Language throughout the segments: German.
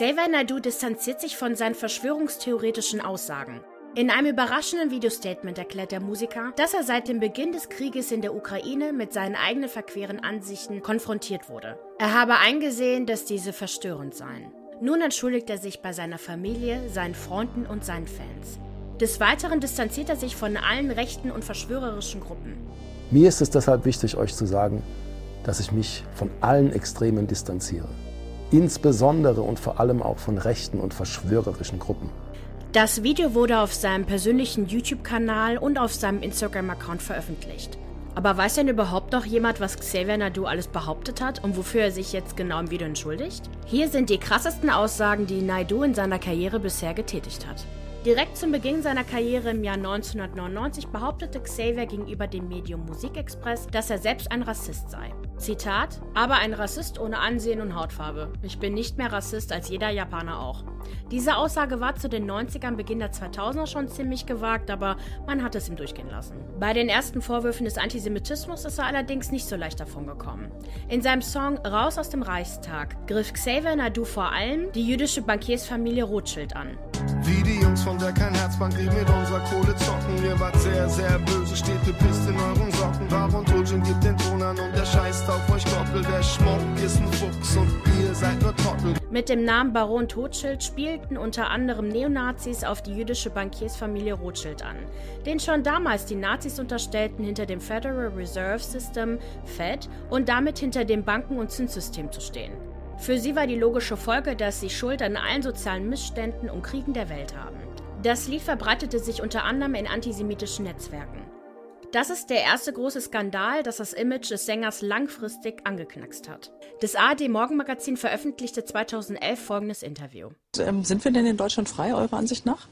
Xavier Naidoo distanziert sich von seinen verschwörungstheoretischen Aussagen. In einem überraschenden Videostatement erklärt der Musiker, dass er seit dem Beginn des Krieges in der Ukraine mit seinen eigenen verqueren Ansichten konfrontiert wurde. Er habe eingesehen, dass diese verstörend seien. Nun entschuldigt er sich bei seiner Familie, seinen Freunden und seinen Fans. Des Weiteren distanziert er sich von allen rechten und verschwörerischen Gruppen. Mir ist es deshalb wichtig, euch zu sagen, dass ich mich von allen Extremen distanziere. Insbesondere und vor allem auch von rechten und verschwörerischen Gruppen. Das Video wurde auf seinem persönlichen YouTube-Kanal und auf seinem Instagram-Account veröffentlicht. Aber weiß denn überhaupt noch jemand, was Xavier Naidoo alles behauptet hat und wofür er sich jetzt genau im Video entschuldigt? Hier sind die krassesten Aussagen, die Naidoo in seiner Karriere bisher getätigt hat. Direkt zum Beginn seiner Karriere im Jahr 1999 behauptete Xavier gegenüber dem Medium Musikexpress, dass er selbst ein Rassist sei. Zitat: „Aber ein Rassist ohne Ansehen und Hautfarbe. Ich bin nicht mehr Rassist als jeder Japaner auch." Diese Aussage war zu den 90ern, Beginn der 2000er schon ziemlich gewagt, aber man hat es ihm durchgehen lassen. Bei den ersten Vorwürfen des Antisemitismus ist er allerdings nicht so leicht davon gekommen. In seinem Song Raus aus dem Reichstag griff Xavier Naidoo vor allem die jüdische Bankiersfamilie Rothschild an. Wie die Jungs von der Kein-Herzbank, die mit unserer Kohle zocken. Ihr wart sehr, sehr böse, steht gepisst in euren Socken. Baron Rothschild gibt den Ton an und der scheißt auf euch doppelt. Der Schmuck ist ein Fuchs und ihr seid nur Trottel. Mit dem Namen Baron Rothschild spielten unter anderem Neonazis auf die jüdische Bankiersfamilie Rothschild an, denen schon damals die Nazis unterstellten, hinter dem Federal Reserve System, Fed, und damit hinter dem Banken- und Zinssystem zu stehen. Für sie war die logische Folge, dass sie Schuld an allen sozialen Missständen und Kriegen der Welt haben. Das Lied verbreitete sich unter anderem in antisemitischen Netzwerken. Das ist der erste große Skandal, das das Image des Sängers langfristig angeknackst hat. Das ARD-Morgenmagazin veröffentlichte 2011 folgendes Interview. Sind wir denn in Deutschland frei, eurer Ansicht nach?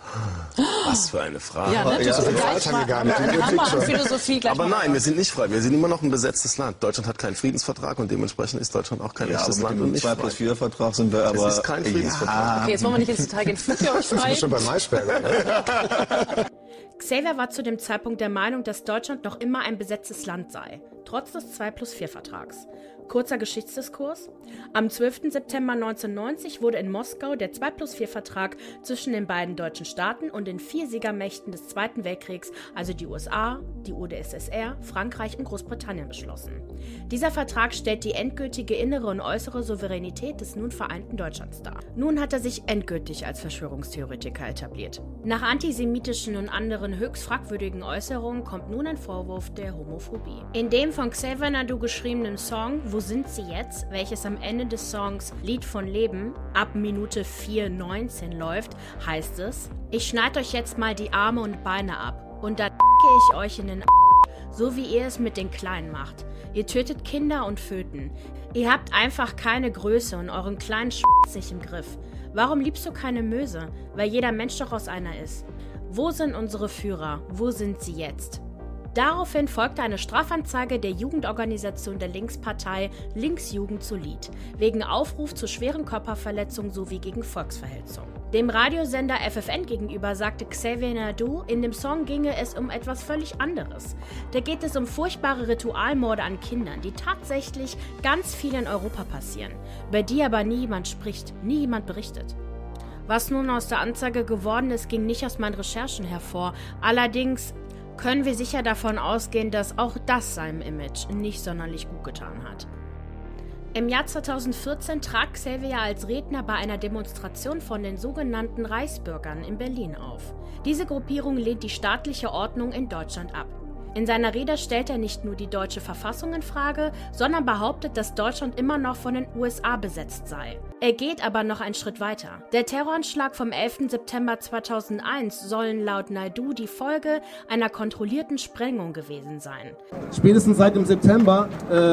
Was für eine Frage. Ja, ne? Ja, So Philosophie gleich. Aber nein, wir sind nicht frei. Wir sind immer noch ein besetztes Land. Deutschland hat keinen Friedensvertrag und dementsprechend ist Deutschland auch kein echtes Land und nicht frei. 2+4-Vertrag sind wir aber... Es ist kein Friedensvertrag. Okay, jetzt wollen wir nicht ins Detail gehen. Fühlt ihr euch frei? Das ist schon bei Maischberger. Ne? Xavier war zu dem Zeitpunkt der Meinung, dass Deutschland noch immer ein besetztes Land sei, trotz des 2+4-Vertrags. Kurzer Geschichtsdiskurs. Am 12. September 1990 wurde in Moskau der 2+4-Vertrag zwischen den beiden deutschen Staaten und den 4 Siegermächten des Zweiten Weltkriegs, also die USA, die UdSSR, Frankreich und Großbritannien, beschlossen. Dieser Vertrag stellt die endgültige innere und äußere Souveränität des nun vereinten Deutschlands dar. Nun hat er sich endgültig als Verschwörungstheoretiker etabliert. Nach antisemitischen und anderen höchst fragwürdigen Äußerungen kommt nun ein Vorwurf der Homophobie. In dem von Xavier Naidoo geschriebenen Song Wo sind sie jetzt?, welches am Ende des Songs Lied von Leben ab Minute 4:19 läuft, heißt es: „Ich schneid euch jetzt mal die Arme und Beine ab und da ich euch in den so wie ihr es mit den Kleinen macht. Ihr tötet Kinder und Föten. Ihr habt einfach keine Größe und euren kleinen nicht im Griff. Warum liebst du keine Möse? Weil jeder Mensch doch aus einer ist. Wo sind unsere Führer? Wo sind sie jetzt?" Daraufhin folgte eine Strafanzeige der Jugendorganisation der Linkspartei Linksjugend Solid wegen Aufruf zu schweren Körperverletzungen sowie gegen Volksverhetzung. Dem Radiosender FFN gegenüber sagte Xavier Naidoo, in dem Song ginge es um etwas völlig anderes. Da geht es um furchtbare Ritualmorde an Kindern, die tatsächlich ganz viel in Europa passieren, über die aber nie jemand spricht, nie jemand berichtet. Was nun aus der Anzeige geworden ist, ging nicht aus meinen Recherchen hervor. Allerdings können wir sicher davon ausgehen, dass auch das seinem Image nicht sonderlich gut getan hat. Im Jahr 2014 trat Xavier als Redner bei einer Demonstration von den sogenannten Reichsbürgern in Berlin auf. Diese Gruppierung lehnt die staatliche Ordnung in Deutschland ab. In seiner Rede stellt er nicht nur die deutsche Verfassung in Frage, sondern behauptet, dass Deutschland immer noch von den USA besetzt sei. Er geht aber noch einen Schritt weiter. Der Terroranschlag vom 11. September 2001 sollen laut Naidoo die Folge einer kontrollierten Sprengung gewesen sein. Spätestens seit dem September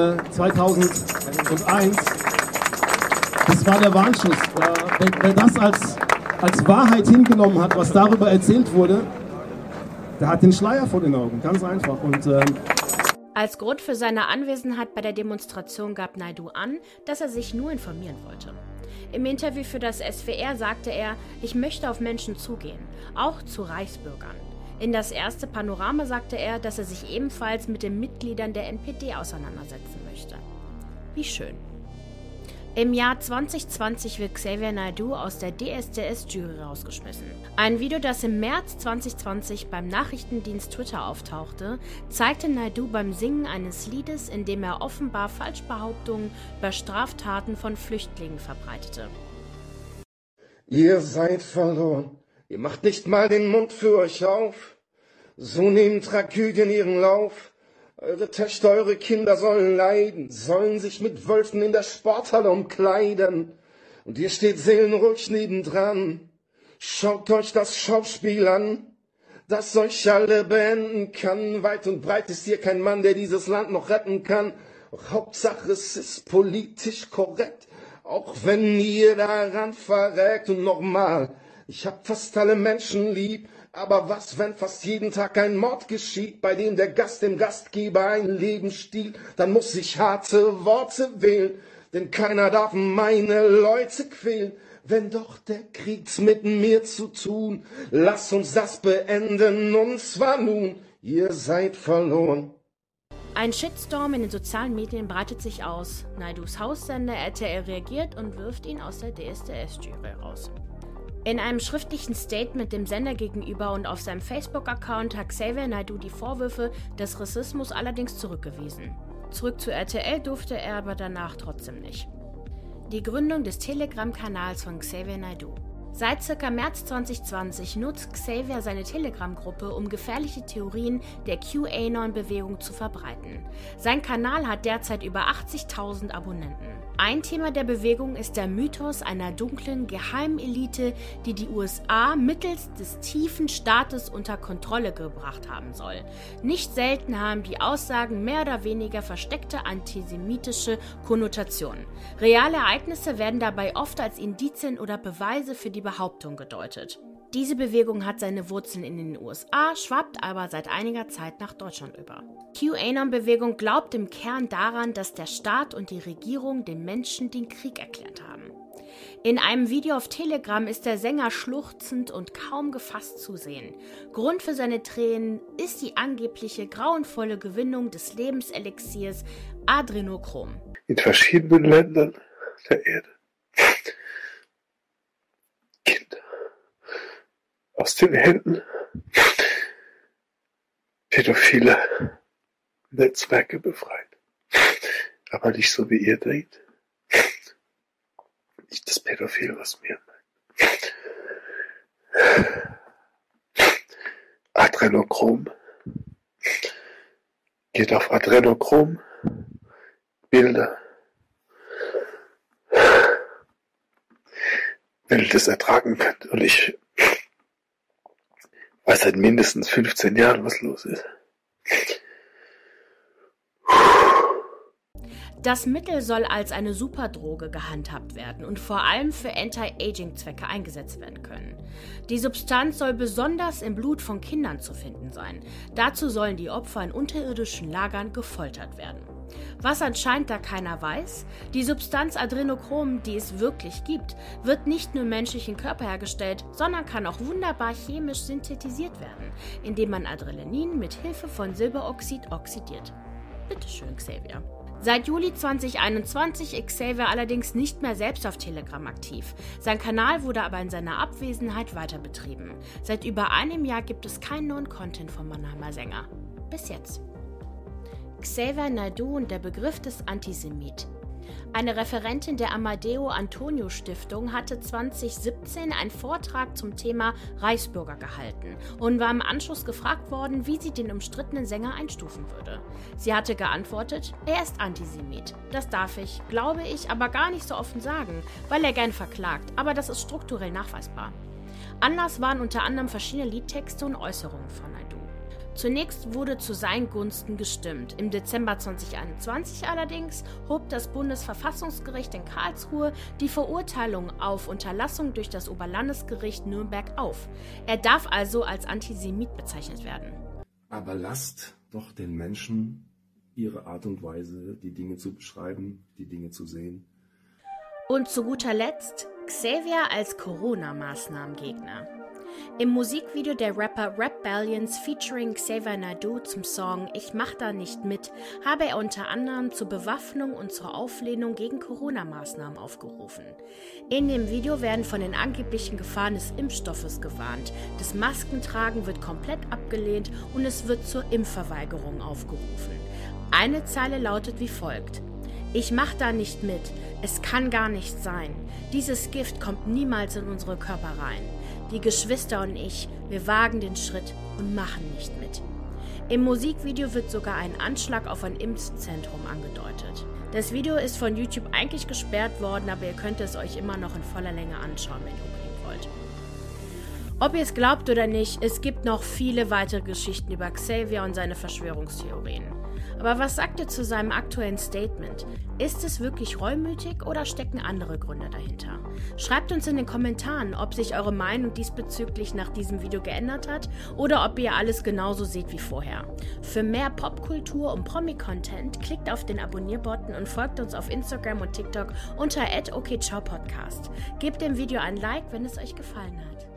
2001, das war der Warnschuss. Wer das als Wahrheit hingenommen hat, was darüber erzählt wurde, der hat den Schleier vor den Augen, ganz einfach. Und als Grund für seine Anwesenheit bei der Demonstration gab Naidoo an, dass er sich nur informieren wollte. Im Interview für das SWR sagte er, ich möchte auf Menschen zugehen, auch zu Reichsbürgern. In das erste Panorama sagte er, dass er sich ebenfalls mit den Mitgliedern der NPD auseinandersetzen möchte. Wie schön. Im Jahr 2020 wird Xavier Naidoo aus der DSDS-Jury rausgeschmissen. Ein Video, das im März 2020 beim Nachrichtendienst Twitter auftauchte, zeigte Naidoo beim Singen eines Liedes, in dem er offenbar Falschbehauptungen über Straftaten von Flüchtlingen verbreitete. Ihr seid verloren, ihr macht nicht mal den Mund für euch auf. So nehmen Tragödien ihren Lauf. Eure Töchter, eure Kinder sollen leiden, sollen sich mit Wölfen in der Sporthalle umkleiden. Und ihr steht seelenruhig nebendran. Schaut euch das Schauspiel an, das euch alle beenden kann. Weit und breit ist hier kein Mann, der dieses Land noch retten kann. Doch Hauptsache es ist politisch korrekt, auch wenn ihr daran verreckt. Und nochmal, ich hab fast alle Menschen lieb. Aber was, wenn fast jeden Tag ein Mord geschieht, bei dem der Gast dem Gastgeber ein Leben stiehlt? Dann muss ich harte Worte wählen, denn keiner darf meine Leute quälen. Wenn doch der Krieg's mit mir zu tun, lass uns das beenden, und zwar nun, ihr seid verloren. Ein Shitstorm in den sozialen Medien breitet sich aus. Naidoos Haussender RTL reagiert und wirft ihn aus der DSDS-Jury raus. In einem schriftlichen Statement dem Sender gegenüber und auf seinem Facebook-Account hat Xavier Naidoo die Vorwürfe des Rassismus allerdings zurückgewiesen. Zurück zu RTL durfte er aber danach trotzdem nicht. Die Gründung des Telegram-Kanals von Xavier Naidoo. Seit ca. März 2020 nutzt Xavier seine Telegram-Gruppe, um gefährliche Theorien der QAnon-Bewegung zu verbreiten. Sein Kanal hat derzeit über 80.000 Abonnenten. Ein Thema der Bewegung ist der Mythos einer dunklen Geheimelite, die die USA mittels des tiefen Staates unter Kontrolle gebracht haben soll. Nicht selten haben die Aussagen mehr oder weniger versteckte antisemitische Konnotationen. Reale Ereignisse werden dabei oft als Indizien oder Beweise für die Behauptung gedeutet. Diese Bewegung hat seine Wurzeln in den USA, schwappt aber seit einiger Zeit nach Deutschland über. QAnon-Bewegung glaubt im Kern daran, dass der Staat und die Regierung den Menschen den Krieg erklärt haben. In einem Video auf Telegram ist der Sänger schluchzend und kaum gefasst zu sehen. Grund für seine Tränen ist die angebliche grauenvolle Gewinnung des Lebenselixiers Adrenochrom. In verschiedenen Ländern der Erde. Kinder aus den Händen pädophile Netzwerke befreit. Aber nicht so, wie ihr denkt. Nicht das Pädophil, was mir meint. Adrenochrom. Geht auf Adrenochrom. Bilder. Wenn ihr das ertragen könnt. Und ich weiß seit mindestens 15 Jahren, was los ist. Das Mittel soll als eine Superdroge gehandhabt werden und vor allem für Anti-Aging-Zwecke eingesetzt werden können. Die Substanz soll besonders im Blut von Kindern zu finden sein. Dazu sollen die Opfer in unterirdischen Lagern gefoltert werden. Was anscheinend da keiner weiß, die Substanz Adrenochrom, die es wirklich gibt, wird nicht nur im menschlichen Körper hergestellt, sondern kann auch wunderbar chemisch synthetisiert werden, indem man Adrenalin mit Hilfe von Silberoxid oxidiert. Bitteschön, Xavier. Seit Juli 2021 ist Xavier allerdings nicht mehr selbst auf Telegram aktiv. Sein Kanal wurde aber in seiner Abwesenheit weiter betrieben. Seit über einem Jahr gibt es keinen neuen Content vom Mannheimer Sänger. Bis jetzt. Xavier Naidoo und der Begriff des Antisemit. Eine Referentin der Amadeo Antonio Stiftung hatte 2017 einen Vortrag zum Thema Reichsbürger gehalten und war im Anschluss gefragt worden, wie sie den umstrittenen Sänger einstufen würde. Sie hatte geantwortet, er ist Antisemit. Das darf ich, glaube ich, aber gar nicht so offen sagen, weil er gern verklagt, aber das ist strukturell nachweisbar. Anlass waren unter anderem verschiedene Liedtexte und Äußerungen von Naidoo. Zunächst wurde zu seinen Gunsten gestimmt. Im Dezember 2021 allerdings hob das Bundesverfassungsgericht in Karlsruhe die Verurteilung auf Unterlassung durch das Oberlandesgericht Nürnberg auf. Er darf also als Antisemit bezeichnet werden. Aber lasst doch den Menschen ihre Art und Weise, die Dinge zu beschreiben, die Dinge zu sehen. Und zu guter Letzt Xavier als Corona-Maßnahmengegner. Im Musikvideo der Rapper Rapballions featuring Xavier Naidoo zum Song Ich mach da nicht mit habe er unter anderem zur Bewaffnung und zur Auflehnung gegen Corona-Maßnahmen aufgerufen. In dem Video werden von den angeblichen Gefahren des Impfstoffes gewarnt. Das Maskentragen wird komplett abgelehnt und es wird zur Impfverweigerung aufgerufen. Eine Zeile lautet wie folgt: Ich mach da nicht mit. Es kann gar nicht sein. Dieses Gift kommt niemals in unsere Körper rein. Die Geschwister und ich, wir wagen den Schritt und machen nicht mit. Im Musikvideo wird sogar ein Anschlag auf ein Impfzentrum angedeutet. Das Video ist von YouTube eigentlich gesperrt worden, aber ihr könnt es euch immer noch in voller Länge anschauen, wenn ihr unbedingt wollt. Ob ihr es glaubt oder nicht, es gibt noch viele weitere Geschichten über Xavier und seine Verschwörungstheorien. Aber was sagt ihr zu seinem aktuellen Statement? Ist es wirklich reumütig oder stecken andere Gründe dahinter? Schreibt uns in den Kommentaren, ob sich eure Meinung diesbezüglich nach diesem Video geändert hat oder ob ihr alles genauso seht wie vorher. Für mehr Popkultur und Promi-Content klickt auf den Abonnier-Button und folgt uns auf Instagram und TikTok unter @okciao-podcast. Gebt dem Video ein Like, wenn es euch gefallen hat.